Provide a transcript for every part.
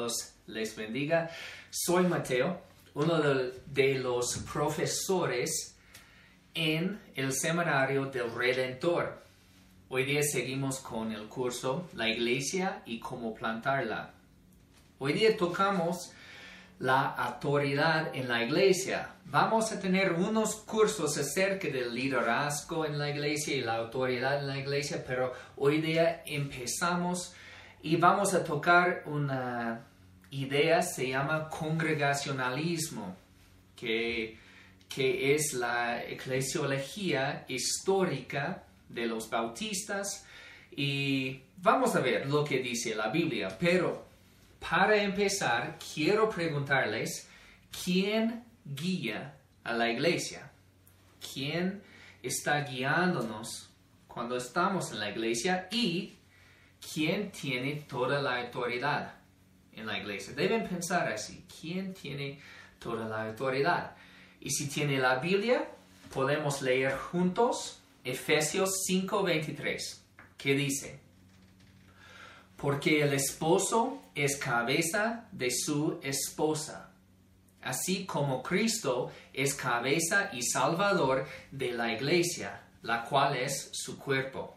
Dios les bendiga. Soy Mateo, uno de los profesores en el Seminario del Redentor. Hoy día seguimos con el curso La Iglesia y cómo plantarla. Hoy día tocamos la autoridad en la iglesia. Vamos a tener unos cursos acerca del liderazgo en la iglesia y la autoridad en la iglesia, pero hoy día empezamos y vamos a tocar una idea, se llama congregacionalismo, que es la eclesiología histórica de los bautistas, y vamos a ver lo que dice la Biblia, pero para empezar, quiero preguntarles, ¿quién guía a la iglesia? ¿Quién está guiándonos cuando estamos en la iglesia? ¿Y quién tiene toda la autoridad en la iglesia? Deben pensar así, ¿quién tiene toda la autoridad? Y si tiene la Biblia, podemos leer juntos Efesios 5:23, que dice: porque el esposo es cabeza de su esposa, así como Cristo es cabeza y salvador de la iglesia, la cual es su cuerpo.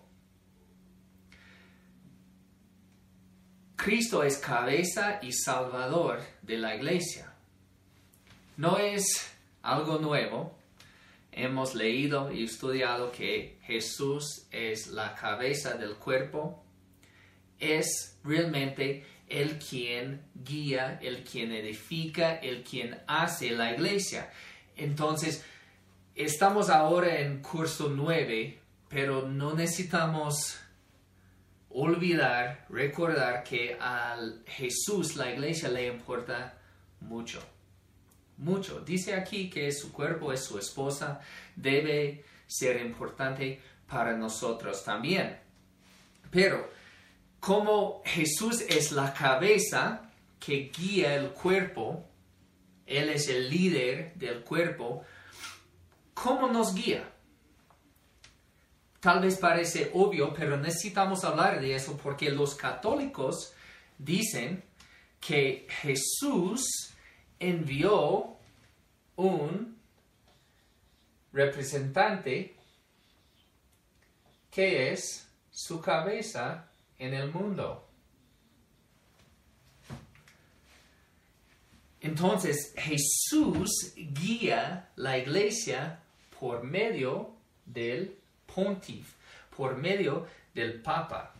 Cristo es cabeza y salvador de la iglesia. No es algo nuevo. Hemos leído y estudiado que Jesús es la cabeza del cuerpo. Es realmente el quien guía, el quien edifica, el quien hace la iglesia. Entonces, estamos ahora en curso 9, pero no necesitamos recordar que a Jesús la iglesia le importa mucho. Mucho. Dice aquí que su cuerpo es su esposa, debe ser importante para nosotros también. Pero como Jesús es la cabeza que guía el cuerpo, Él es el líder del cuerpo, ¿cómo nos guía? Tal vez parece obvio, pero necesitamos hablar de eso porque los católicos dicen que Jesús envió un representante que es su cabeza en el mundo. Entonces, Jesús guía la iglesia por medio del pontífice, por medio del papa.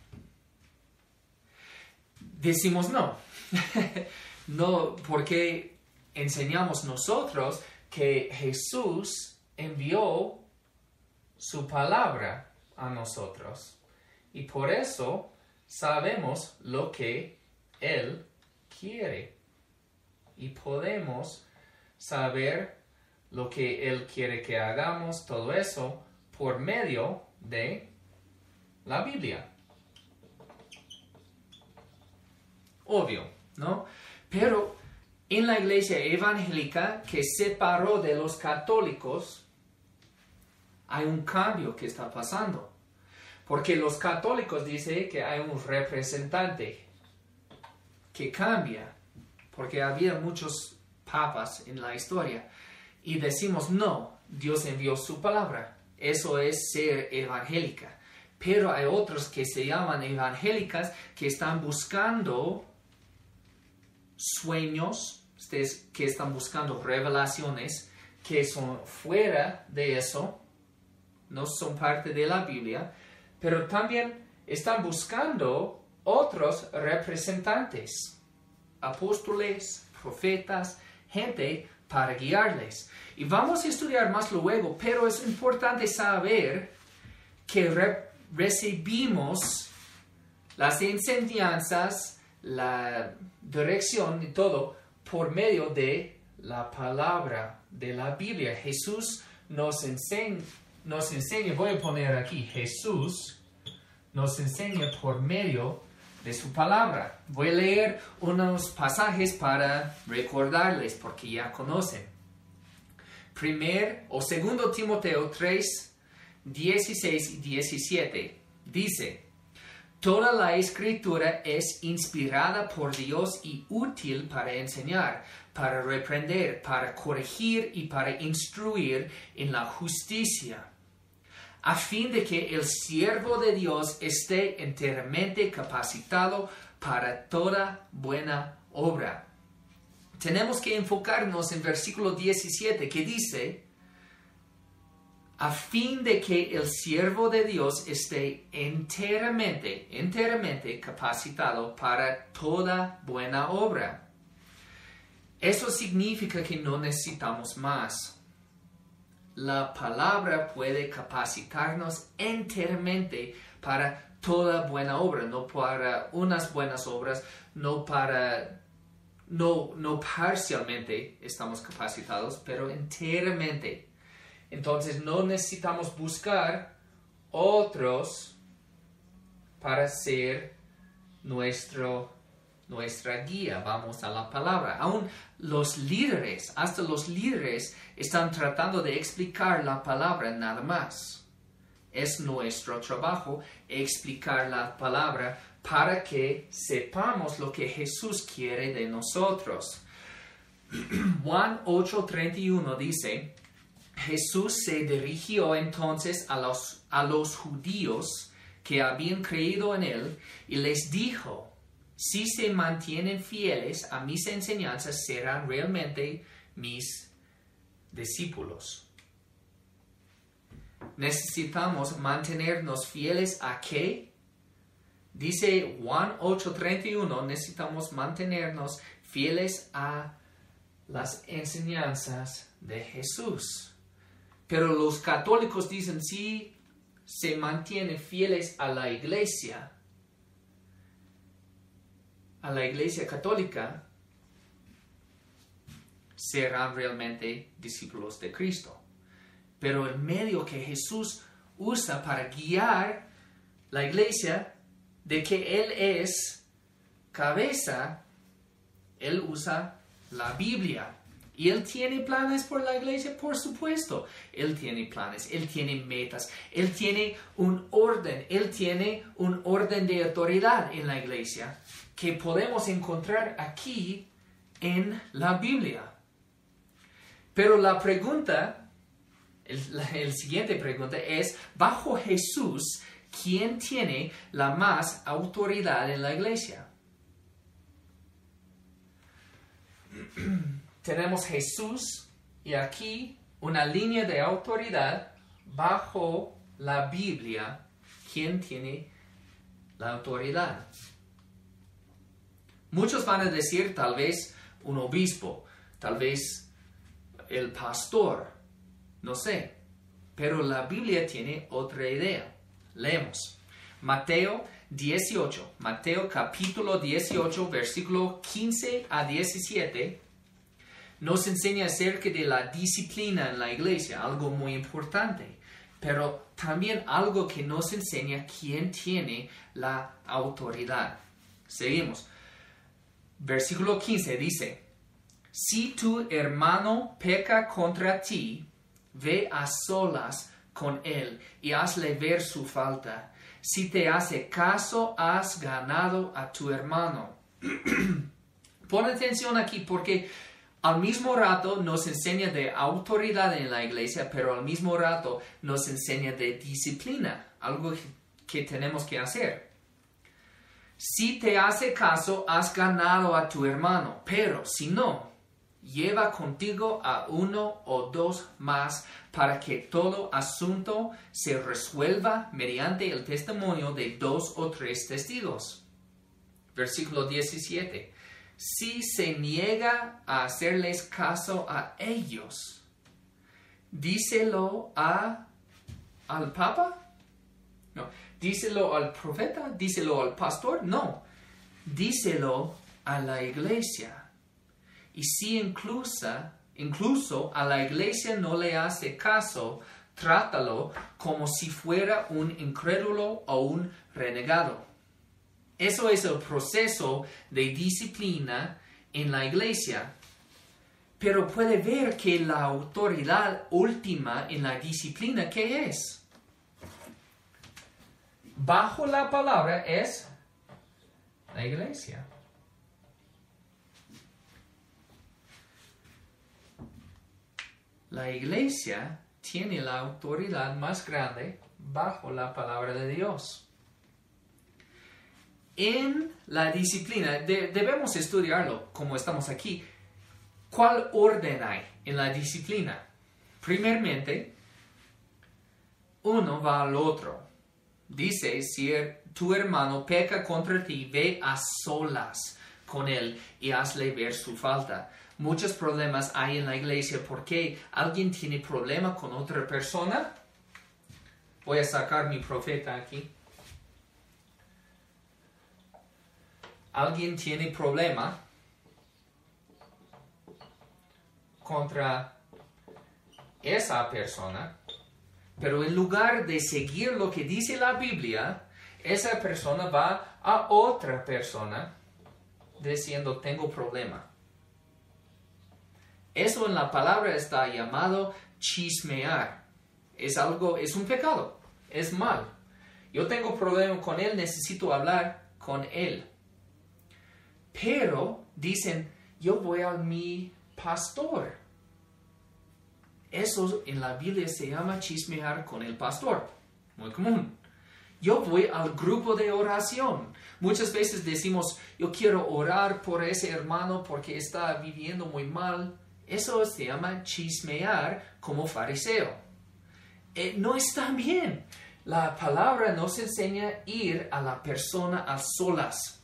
Decimos no. No, porque enseñamos nosotros que Jesús envió su palabra a nosotros. Y por eso sabemos lo que Él quiere. Y podemos saber lo que Él quiere que hagamos, todo eso, por medio de la Biblia. Obvio, ¿no? Pero en la iglesia evangélica que separó de los católicos, hay un cambio que está pasando. Porque los católicos dicen que hay un representante que cambia, porque había muchos papas en la historia. Y decimos, no, Dios envió su palabra. Eso es ser evangélica. Pero hay otros que se llaman evangélicas que están buscando sueños, que están buscando revelaciones que son fuera de eso, no son parte de la Biblia, pero también están buscando otros representantes, apóstoles, profetas, gente para guiarles. Y vamos a estudiar más luego, pero es importante saber que recibimos las enseñanzas, la dirección y todo por medio de la palabra de la Biblia. Jesús nos enseña, voy a poner aquí, Jesús nos enseña por medio de su palabra. Voy a leer unos pasajes para recordarles, porque ya conocen. 2 Timoteo 3, 16 y 17. Dice: Toda la escritura es inspirada por Dios y útil para enseñar, para reprender, para corregir y para instruir en la justicia, a fin de que el siervo de Dios esté enteramente capacitado para toda buena obra. Tenemos que enfocarnos en versículo 17 que dice, a fin de que el siervo de Dios esté enteramente capacitado para toda buena obra. Eso significa que no necesitamos más. La palabra puede capacitarnos enteramente para toda buena obra, no para unas buenas obras, no parcialmente estamos capacitados, pero enteramente. Entonces no necesitamos buscar otros para ser nuestra guía. Vamos a la palabra. Aún hasta los líderes están tratando de explicar la palabra nada más. Es nuestro trabajo explicar la palabra para que sepamos lo que Jesús quiere de nosotros. Juan 8:31 dice, Jesús se dirigió entonces a los judíos que habían creído en él y les dijo, si se mantienen fieles a mis enseñanzas, serán realmente mis discípulos. Necesitamos mantenernos fieles a ¿qué? Dice Juan 8:31, necesitamos mantenernos fieles a las enseñanzas de Jesús. Pero los católicos dicen, si se mantienen fieles a la iglesia católica, serán realmente discípulos de Cristo. Pero el medio que Jesús usa para guiar la iglesia, de que Él es cabeza, Él usa la Biblia. ¿Y Él tiene planes por la iglesia? Por supuesto. Él tiene planes, Él tiene metas, Él tiene un orden, Él tiene un orden de autoridad en la iglesia que podemos encontrar aquí en la Biblia. Pero la pregunta, el siguiente pregunta es, bajo Jesús, ¿quién tiene la más autoridad en la iglesia? Tenemos Jesús y aquí una línea de autoridad bajo la Biblia. ¿Quién tiene la autoridad? Muchos van a decir tal vez un obispo, tal vez el pastor, no sé. Pero la Biblia tiene otra idea. Leemos. Mateo capítulo 18, versículo 15 a 17. Nos enseña acerca de la disciplina en la iglesia, algo muy importante, pero también algo que nos enseña quién tiene la autoridad. Seguimos. Versículo 15 dice, si tu hermano peca contra ti, ve a solas con él y hazle ver su falta. Si te hace caso, has ganado a tu hermano. Pon atención aquí porque al mismo rato nos enseña de autoridad en la iglesia, pero al mismo rato nos enseña de disciplina, algo que tenemos que hacer. Si te hace caso, has ganado a tu hermano, pero si no, lleva contigo a uno o dos más para que todo asunto se resuelva mediante el testimonio de 2 o 3 testigos. Versículo 17. Si se niega a hacerles caso a ellos, díselo al Papa. No. ¿Díselo al profeta? ¿Díselo al pastor? No. Díselo a la iglesia. Y si incluso a la iglesia no le hace caso, trátalo como si fuera un incrédulo o un renegado. Eso es el proceso de disciplina en la iglesia. Pero puede ver que la autoridad última en la disciplina, ¿qué es? bajo la palabra es la iglesia. La iglesia tiene la autoridad más grande bajo la palabra de Dios. En la disciplina, debemos estudiarlo como estamos aquí. ¿Cuál orden hay en la disciplina? Primeramente, uno va al otro. Dice, si tu hermano peca contra ti, ve a solas con él y hazle ver su falta. Muchos problemas hay en la iglesia porque alguien tiene problema con otra persona. Voy a sacar mi profeta aquí. Alguien tiene problema contra esa persona, pero en lugar de seguir lo que dice la Biblia, esa persona va a otra persona diciendo tengo problema. Eso en la palabra está llamado chismear. Es un pecado, es mal. Yo tengo problema con él, necesito hablar con él. Pero dicen, yo voy a mi pastor. Eso en la Biblia se llama chismear con el pastor. Muy común. Yo voy al grupo de oración. Muchas veces decimos, yo quiero orar por ese hermano porque está viviendo muy mal. Eso se llama chismear como fariseo. No está bien. La palabra nos enseña a ir a la persona a solas.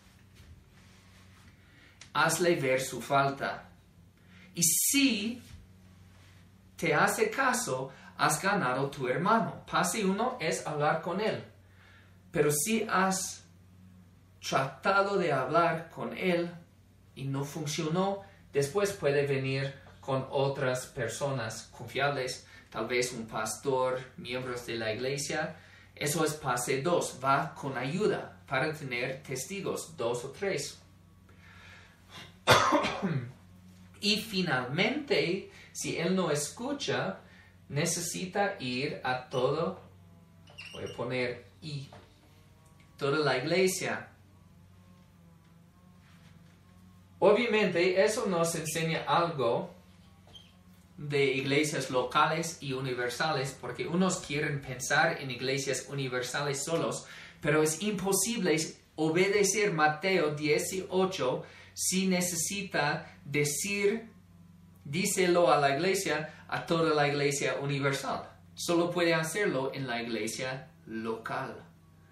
Hazle ver su falta. Y si te hace caso, has ganado tu hermano. Pase uno es hablar con él. Pero si has tratado de hablar con él y no funcionó, después puede venir con otras personas confiables, tal vez un pastor, miembros de la iglesia. Eso es pase 2, va con ayuda para tener testigos, 2 o 3. Y finalmente, si él no escucha, necesita ir a todo, voy a poner toda la iglesia. Obviamente, eso nos enseña algo de iglesias locales y universales, porque unos quieren pensar en iglesias universales solos, pero es imposible obedecer Mateo 18 si necesita díselo a la iglesia, a toda la iglesia universal. Solo puede hacerlo en la iglesia local.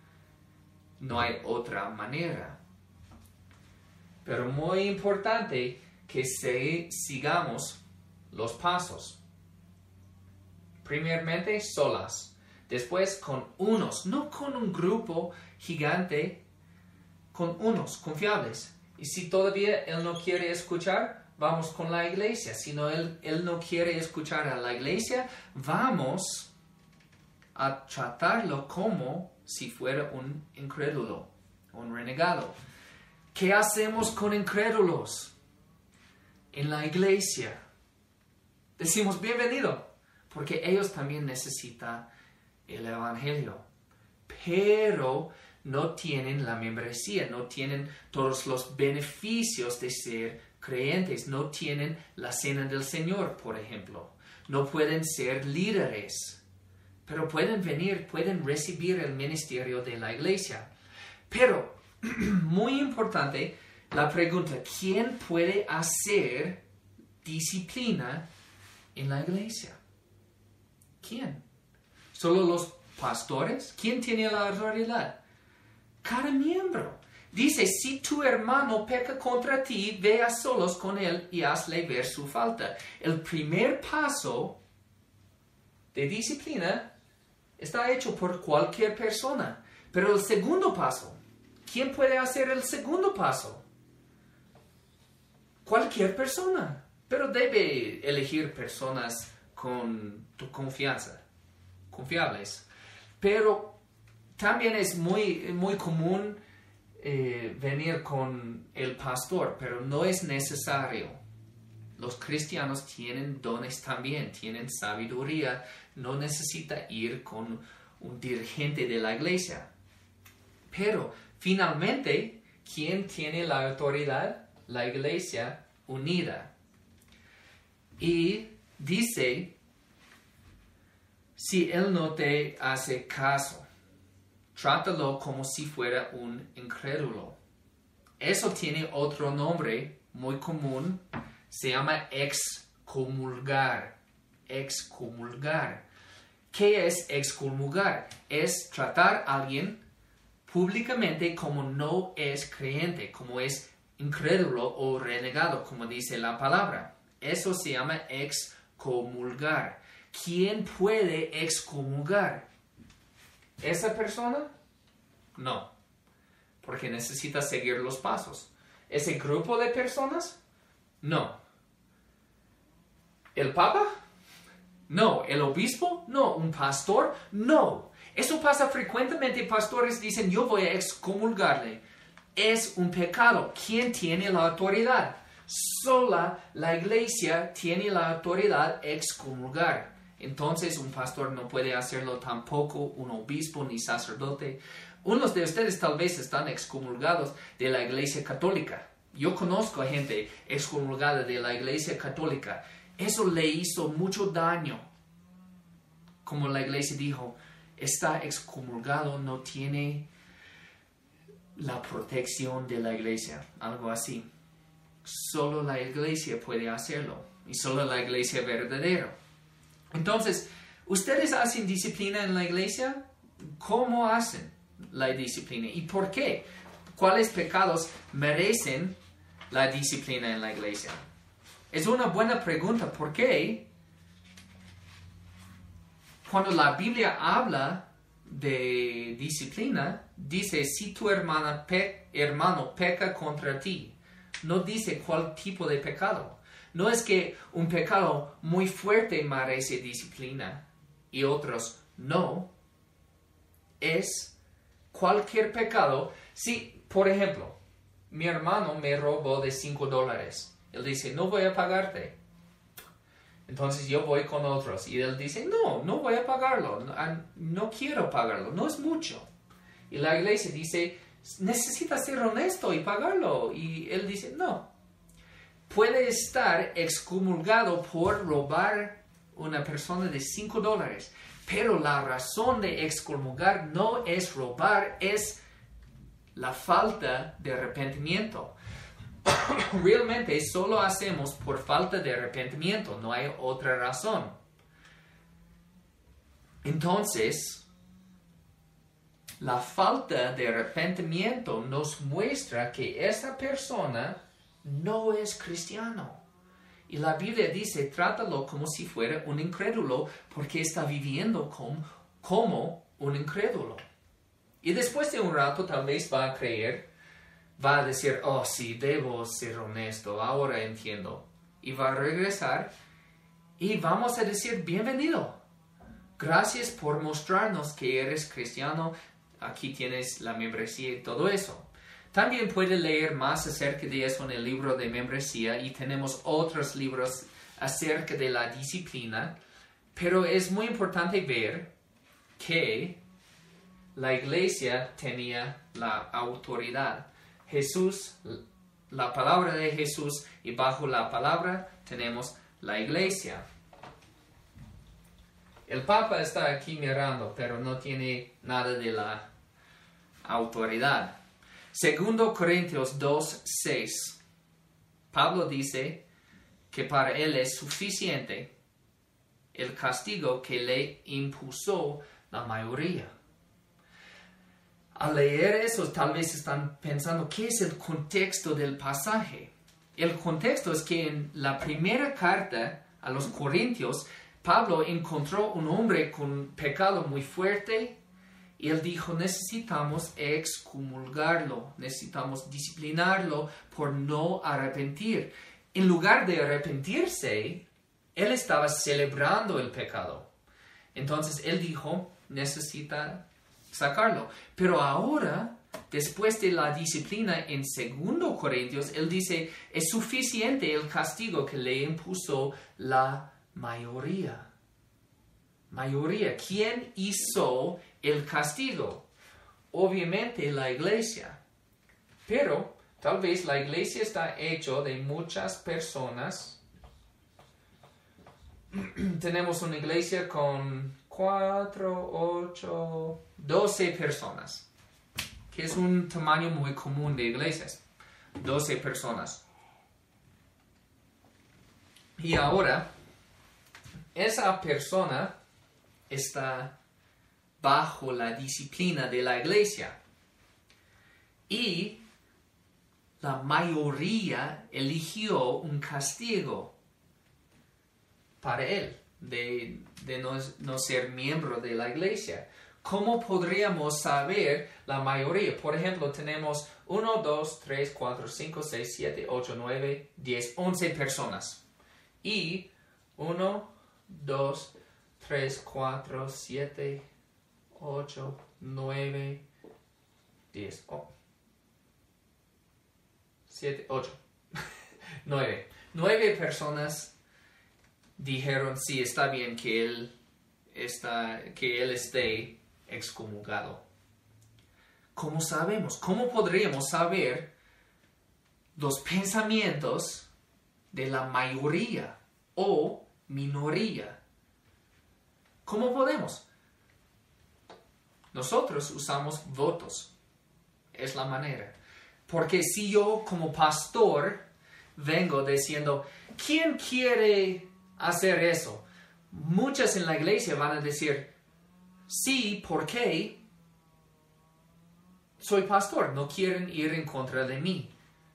No hay otra manera. Pero muy importante que sigamos los pasos. Primeramente, solas. Después, con unos, no con un grupo gigante, con unos confiables. Y si todavía él no quiere escuchar, vamos con la iglesia. Si no, él no quiere escuchar a la iglesia, vamos a tratarlo como si fuera un incrédulo, un renegado. ¿Qué hacemos con incrédulos? En la iglesia decimos bienvenido, porque ellos también necesitan el evangelio. Pero no tienen la membresía, no tienen todos los beneficios de ser creyentes, no tienen la cena del Señor, por ejemplo. No pueden ser líderes, pero pueden venir, pueden recibir el ministerio de la iglesia. Pero, muy importante, la pregunta, ¿quién puede hacer disciplina en la iglesia? ¿Quién? ¿Solo los pastores? ¿Quién tiene la autoridad? Cada miembro. Dice, si tu hermano peca contra ti, ve a solos con él y hazle ver su falta. El primer paso de disciplina está hecho por cualquier persona. Pero el segundo paso, ¿quién puede hacer el segundo paso? Cualquier persona. Pero debe elegir personas con tu confianza, confiables. Pero también es muy común venir con el pastor, pero no es necesario. Los cristianos tienen dones también, tienen sabiduría, no necesita ir con un dirigente de la iglesia. Pero finalmente, ¿quién tiene la autoridad? La iglesia unida. Y dice, si él no te hace caso, trátalo como si fuera un incrédulo. Eso tiene otro nombre muy común, se llama excomulgar. Excomulgar. ¿Qué es excomulgar? Es tratar a alguien públicamente como no es creyente, como es incrédulo o renegado, como dice la palabra. Eso se llama excomulgar. ¿Quién puede excomulgar? ¿Esa persona? No, porque necesita seguir los pasos. ¿Ese grupo de personas? No. ¿El Papa? No. ¿El obispo? No. ¿Un pastor? No. Eso pasa frecuentemente. Pastores dicen, yo voy a excomulgarle. Es un pecado. ¿Quién tiene la autoridad? Sola la iglesia tiene la autoridad de excomulgar. Entonces un pastor no puede hacerlo tampoco, un obispo ni sacerdote. Unos de ustedes tal vez están excomulgados de la iglesia católica. Yo conozco a gente excomulgada de la iglesia católica. Eso le hizo mucho daño. Como la iglesia dijo, está excomulgado, no tiene la protección de la iglesia, algo así. Solo la iglesia puede hacerlo, y solo la iglesia verdadera. Entonces, ¿ustedes hacen disciplina en la iglesia? ¿Cómo hacen la disciplina? ¿Y por qué? ¿Cuáles pecados merecen la disciplina en la iglesia? Es una buena pregunta. ¿Por qué? Cuando la Biblia habla de disciplina, dice, si tu hermano peca contra ti, no dice cuál tipo de pecado. No es que un pecado muy fuerte merece disciplina y otros no. Es cualquier pecado. Si, por ejemplo, mi hermano me robó de $5. Él dice, no voy a pagarte. Entonces yo voy con otros y él dice, no voy a pagarlo. No quiero pagarlo. No es mucho. Y la iglesia dice, necesitas ser honesto y pagarlo. Y él dice, no. Puede estar excomulgado por robar una persona de $5. Pero la razón de excomulgar no es robar, es la falta de arrepentimiento. Realmente solo hacemos por falta de arrepentimiento, no hay otra razón. Entonces, la falta de arrepentimiento nos muestra que esa persona no es cristiano. Y la Biblia dice, trátalo como si fuera un incrédulo, porque está viviendo como un incrédulo. Y después de un rato tal vez va a creer, va a decir, oh sí, debo ser honesto, ahora entiendo. Y va a regresar y vamos a decir, bienvenido. Gracias por mostrarnos que eres cristiano. Aquí tienes la membresía y todo eso. También puede leer más acerca de eso en el libro de membresía y tenemos otros libros acerca de la disciplina. Pero es muy importante ver que la iglesia tenía la autoridad. Jesús, la palabra de Jesús, y bajo la palabra tenemos la iglesia. El Papa está aquí mirando, pero no tiene nada de la autoridad. 2 Corintios 2:6. Pablo dice que para él es suficiente el castigo que le impuso la mayoría. Al leer eso, tal vez están pensando, ¿qué es el contexto del pasaje? El contexto es que en la primera carta a los Corintios, Pablo encontró un hombre con pecado muy fuerte y él dijo, necesitamos excomulgarlo, necesitamos disciplinarlo por no arrepentir. En lugar de arrepentirse, él estaba celebrando el pecado. Entonces él dijo, necesita sacarlo. Pero ahora, después de la disciplina en 2 Corintios, él dice, es suficiente el castigo que le impuso la mayoría. ¿Quién hizo el castigo? obviamente la iglesia. Pero tal vez la iglesia está hecha de muchas personas. Tenemos una iglesia con 4, 8, 12 personas, que es un tamaño muy común de iglesias. 12 personas. Y ahora, esa persona está bajo la disciplina de la iglesia. Y la mayoría eligió un castigo para él de no ser miembro de la iglesia. ¿Cómo podríamos saber la mayoría? Por ejemplo, tenemos 1, 2, 3, 4, 5, 6, 7, 8, 9, 10, 11 personas. Y 1, 2, 3, 4, 7, 8, 9, 10, 7, 8, 9. 9 personas dijeron, sí, está bien que él esté excomulgado. ¿Cómo sabemos? ¿Cómo podríamos saber los pensamientos de la mayoría o minoría? ¿Cómo podemos? Nosotros usamos votos. Es la manera. Porque si yo como pastor vengo diciendo, ¿quién quiere hacer eso? Muchas en la iglesia van a decir, sí, ¿por qué? Soy pastor, no quieren ir en contra de mí.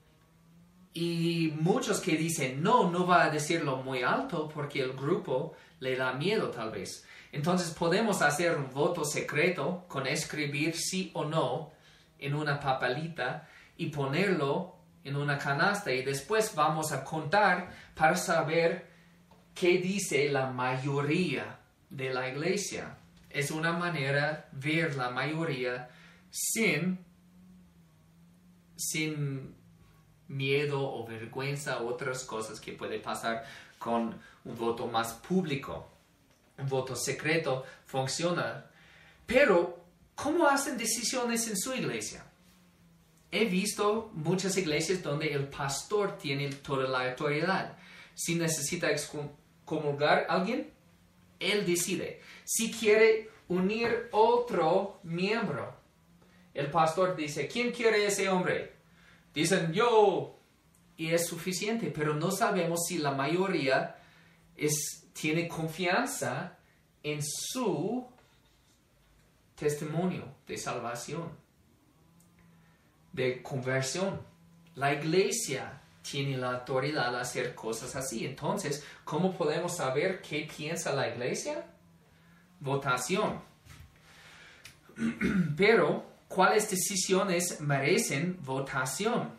Y muchos que dicen, no va a decirlo muy alto porque el grupo le da miedo tal vez. Entonces podemos hacer un voto secreto con escribir sí o no en una papelita y ponerlo en una canasta y después vamos a contar para saber qué dice la mayoría de la iglesia. Es una manera de ver la mayoría sin miedo o vergüenza o otras cosas que puede pasar con un voto más público. Un voto secreto funciona. Pero, ¿cómo hacen decisiones en su iglesia? He visto muchas iglesias donde el pastor tiene toda la autoridad. Si necesita excomulgar a alguien, él decide. Si quiere unir otro miembro, el pastor dice, ¿quién quiere ese hombre? Dicen, yo. Y es suficiente, pero no sabemos si la mayoría tiene confianza en su testimonio de salvación, de conversión. La iglesia tiene la autoridad de hacer cosas así. Entonces, ¿cómo podemos saber qué piensa la iglesia? Votación. Pero, ¿cuáles decisiones merecen votación?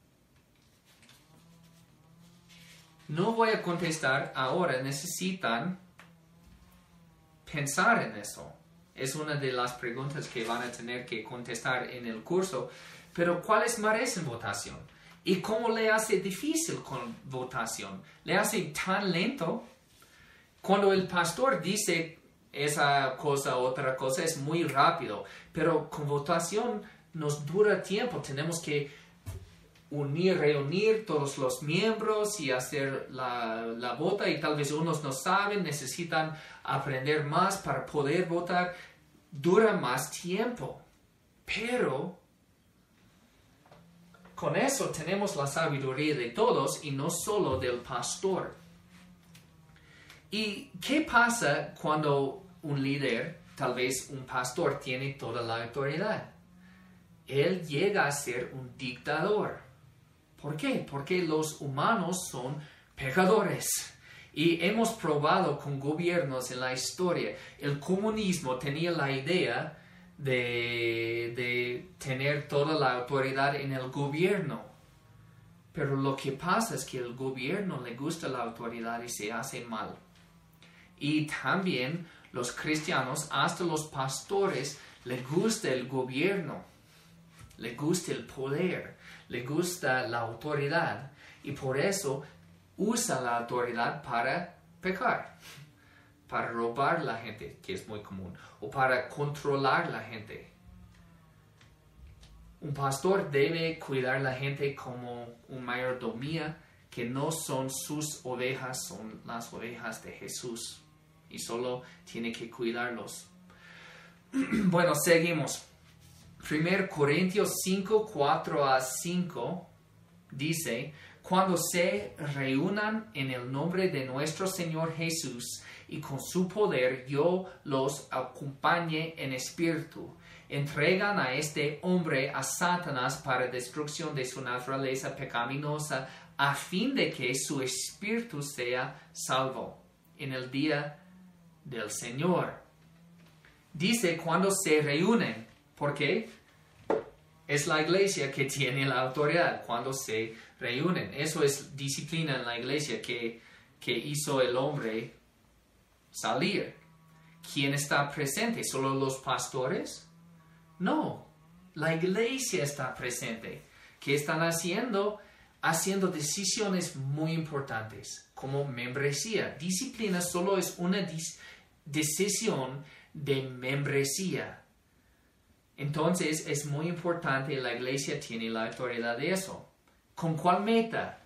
No voy a contestar ahora, necesitan pensar en eso. Es una de las preguntas que van a tener que contestar en el curso. Pero ¿cuáles merecen votación? ¿Y cómo le hace difícil con votación? ¿Le hace tan lento? Cuando el pastor dice esa cosa, otra cosa, es muy rápido. Pero con votación nos dura tiempo. Tenemos que reunir todos los miembros y hacer la vota. Y tal vez unos no saben, necesitan aprender más para poder votar. Dura más tiempo. Pero con eso tenemos la sabiduría de todos y no solo del pastor. ¿Y qué pasa cuando un líder, tal vez un pastor, tiene toda la autoridad? Él llega a ser un dictador. ¿Por qué? Porque los humanos son pecadores. Y hemos probado con gobiernos en la historia. El comunismo tenía la idea de tener toda la autoridad en el gobierno. Pero lo que pasa es que al gobierno le gusta la autoridad y se hace mal. Y también los cristianos, hasta los pastores, les gusta el gobierno, les gusta el poder, les gusta la autoridad. Y por eso usa la autoridad para pecar, para robar a la gente, que es muy común, o para controlar a la gente. Un pastor debe cuidar a la gente como un mayordomía, que no son sus ovejas, son las ovejas de Jesús. Y solo tiene que cuidarlos. Bueno, seguimos. 1 Corintios 5, 4 a 5 dice: cuando se reúnan en el nombre de nuestro Señor Jesús y con su poder yo los acompañe en espíritu, entregan a este hombre a Satanás para destrucción de su naturaleza pecaminosa, a fin de que su espíritu sea salvo en el día del Señor. Dice cuando se reúnen, ¿por qué? Es la iglesia que tiene la autoridad cuando se reúnen. Eso es disciplina en la iglesia que hizo el hombre salir. ¿Quién está presente? ¿Solo los pastores? No, la iglesia está presente. ¿Qué están haciendo? Haciendo decisiones muy importantes como membresía. Disciplina solo es una decisión de membresía. Entonces es muy importante, la iglesia tiene la autoridad de eso. ¿Con cuál meta?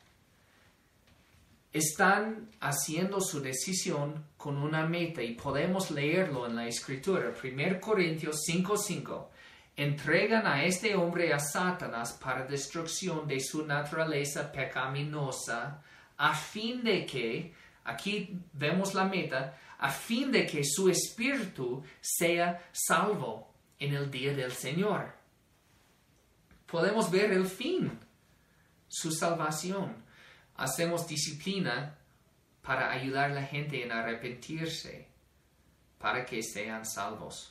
Están haciendo su decisión con una meta y podemos leerlo en la escritura. 1 Corintios 5:5. Entregan a este hombre a Satanás para destrucción de su naturaleza pecaminosa, a fin de que, aquí vemos la meta, a fin de que su espíritu sea salvo en el día del Señor. Podemos ver el fin, su salvación. Hacemos disciplina para ayudar a la gente en arrepentirse, para que sean salvos.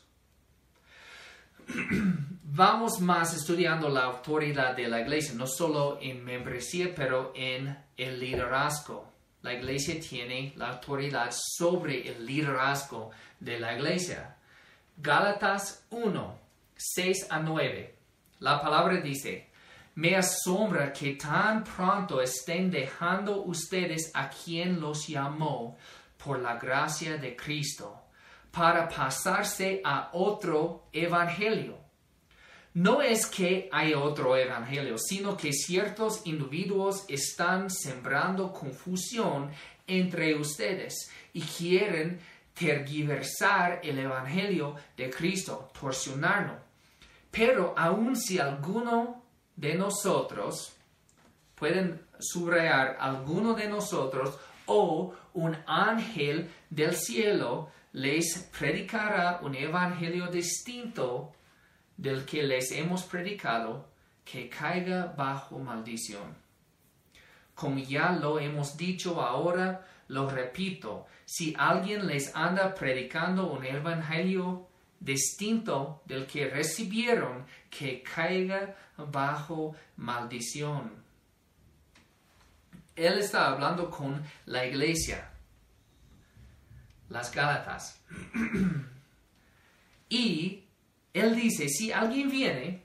Vamos más estudiando la autoridad de la iglesia, no solo en membresía, pero en el liderazgo. La iglesia tiene la autoridad sobre el liderazgo de la iglesia. Gálatas 1, 6 a 9. La palabra dice: me asombra que tan pronto estén dejando ustedes a quien los llamó por la gracia de Cristo, para pasarse a otro evangelio. No es que haya otro evangelio, sino que ciertos individuos están sembrando confusión entre ustedes y quieren tergiversar el evangelio de Cristo, torsionarlo. Pero aun si alguno de nosotros, pueden subrayar alguno de nosotros, o un ángel del cielo les predicará un evangelio distinto del que les hemos predicado, que caiga bajo maldición. Como ya lo hemos dicho, ahora lo repito: si alguien les anda predicando un evangelio distinto del que recibieron, que caiga bajo maldición. Él está hablando con la iglesia, las Gálatas. Y él dice, si alguien viene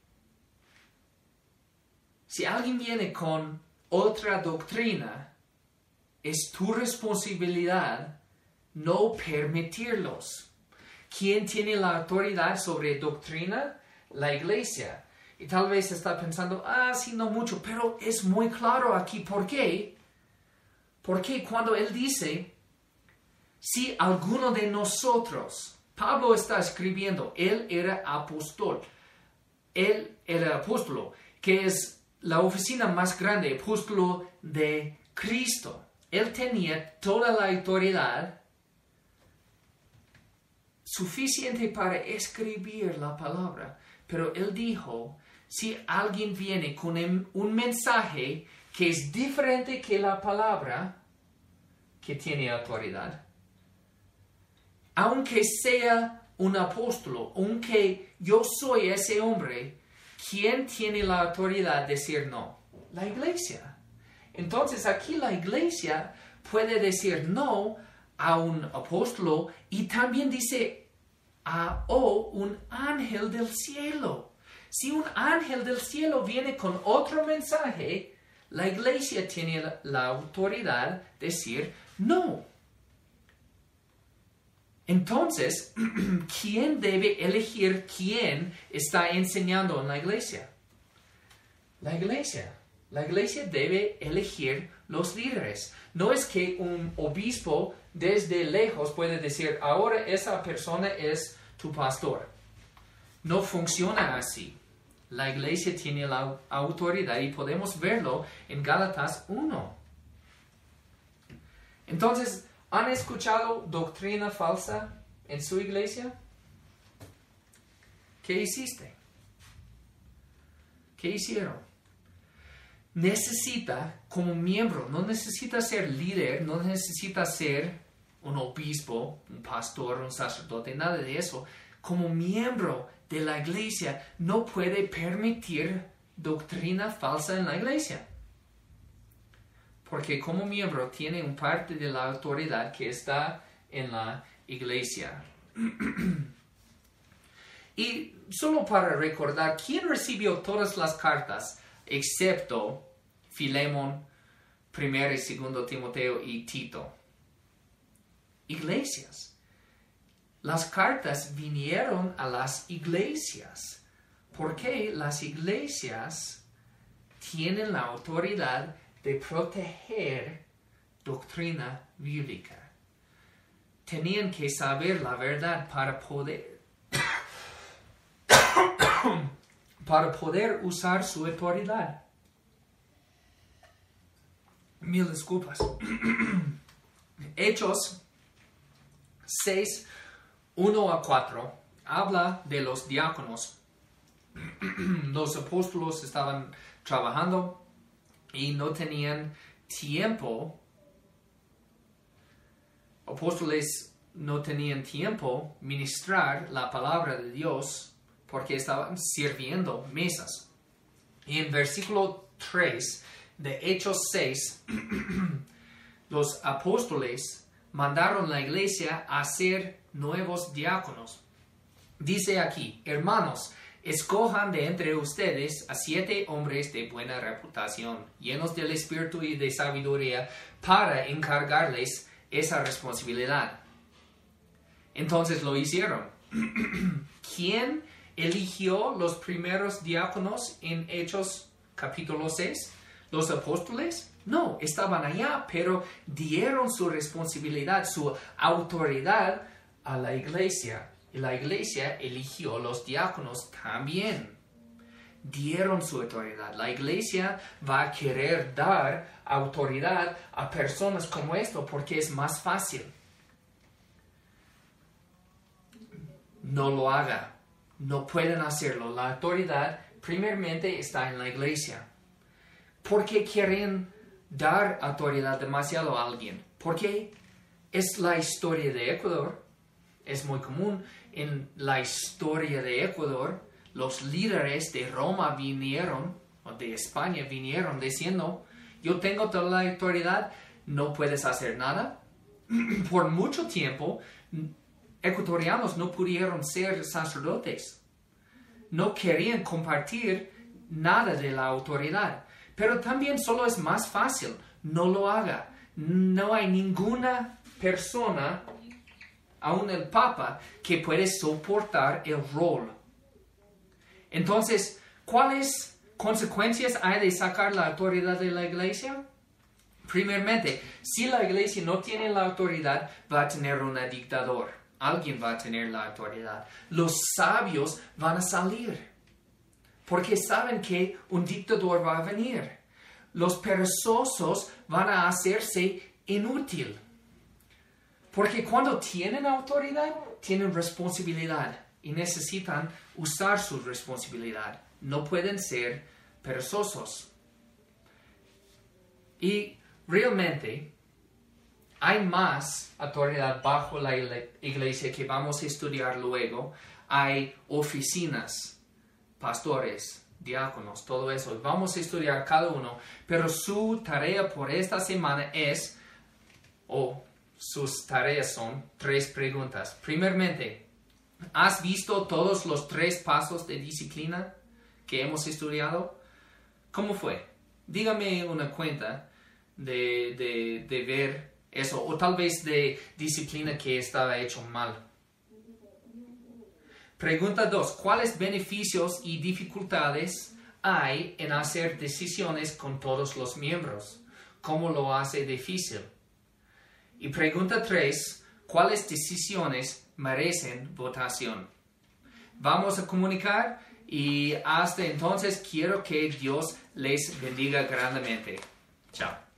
con otra doctrina, es tu responsabilidad no permitirlos. ¿Quién tiene la autoridad sobre doctrina? La iglesia. Y tal vez está pensando, sí, no mucho, pero es muy claro aquí. ¿Por qué? Porque cuando él dice, si alguno de nosotros, Pablo está escribiendo, él era apóstol, que es la oficina más grande, apóstolo de Cristo. Él tenía toda la autoridad suficiente para escribir la palabra, pero él dijo, si alguien viene con un mensaje que es diferente que la palabra, que tiene autoridad, aunque sea un apóstol, aunque yo soy ese hombre, ¿quién tiene la autoridad de decir no? La iglesia. Entonces aquí la iglesia puede decir no a un apóstol y también dice un ángel del cielo. Si un ángel del cielo viene con otro mensaje, la iglesia tiene la autoridad de decir no. Entonces, ¿quién debe elegir quién está enseñando en la iglesia? La iglesia. La iglesia debe elegir los líderes. No es que un obispo desde lejos puede decir, ahora esa persona es tu pastor. No funciona así. La iglesia tiene la autoridad y podemos verlo en Gálatas 1. Entonces, ¿han escuchado doctrina falsa en su iglesia? ¿Qué hiciste? ¿Qué hicieron? Necesita, como miembro, no necesita ser líder, no necesita ser un obispo, un pastor, un sacerdote, nada de eso. Como miembro de la iglesia, no puede permitir doctrina falsa en la iglesia. Porque como miembro tiene un parte de la autoridad que está en la iglesia. Y solo para recordar, ¿quién recibió todas las cartas? Excepto Filemón, 1 y 2 Timoteo y Tito. Iglesias. Las cartas vinieron a las iglesias. Porque las iglesias tienen la autoridad de proteger doctrina bíblica. Tenían que saber la verdad para poder usar su autoridad. Mil disculpas. Hechos 6, 1 a 4 habla de los diáconos. Los apóstoles estaban trabajando y no tenían tiempo. Apóstoles no tenían tiempo ministrar la palabra de Dios porque estaban sirviendo mesas. Y en versículo 3 de Hechos 6, los apóstoles mandaron a la iglesia a ser nuevos diáconos. Dice aquí, hermanos, escojan de entre ustedes a 7 hombres de buena reputación, llenos del espíritu y de sabiduría, para encargarles esa responsabilidad. Entonces lo hicieron. ¿Quién eligió los primeros diáconos en Hechos capítulo 6? ¿Los apóstoles? No, estaban allá, pero dieron su responsabilidad, su autoridad a la iglesia. Y la iglesia eligió los diáconos también. Dieron su autoridad. La iglesia va a querer dar autoridad a personas como esto porque es más fácil. No lo haga. No pueden hacerlo. La autoridad primeramente está en la iglesia. ¿Por qué quieren dar autoridad demasiado a alguien? Porque es la historia de Ecuador. Es muy común en la historia de Ecuador. Los líderes de Roma vinieron, o de España vinieron diciendo, yo tengo toda la autoridad, no puedes hacer nada. Por mucho tiempo, ecuatorianos no pudieron ser sacerdotes. No querían compartir nada de la autoridad. Pero también solo es más fácil. No lo haga. No hay ninguna persona, aún el Papa, que puede soportar el rol. Entonces, ¿cuáles consecuencias hay de sacar la autoridad de la iglesia? Primeramente, si la iglesia no tiene la autoridad, va a tener un dictador. Alguien va a tener la autoridad. Los sabios van a salir. Porque saben que un dictador va a venir. Los perezosos van a hacerse inútil. Porque cuando tienen autoridad, tienen responsabilidad. Y necesitan usar su responsabilidad. No pueden ser perezosos. Y realmente hay más autoridad bajo la iglesia que vamos a estudiar luego. Hay oficinas, pastores, diáconos, todo eso. Vamos a estudiar cada uno. Pero su tarea por esta semana es, sus tareas son 3 preguntas. Primeramente, ¿has visto todos los 3 pasos de disciplina que hemos estudiado? ¿Cómo fue? Dígame una cuenta de ver eso. O tal vez de disciplina que estaba hecho mal. Pregunta 2. ¿Cuáles beneficios y dificultades hay en hacer decisiones con todos los miembros? ¿Cómo lo hace difícil? Y pregunta 3. ¿Cuáles decisiones merecen votación? Vamos a comunicar y hasta entonces quiero que Dios les bendiga grandemente. Chao.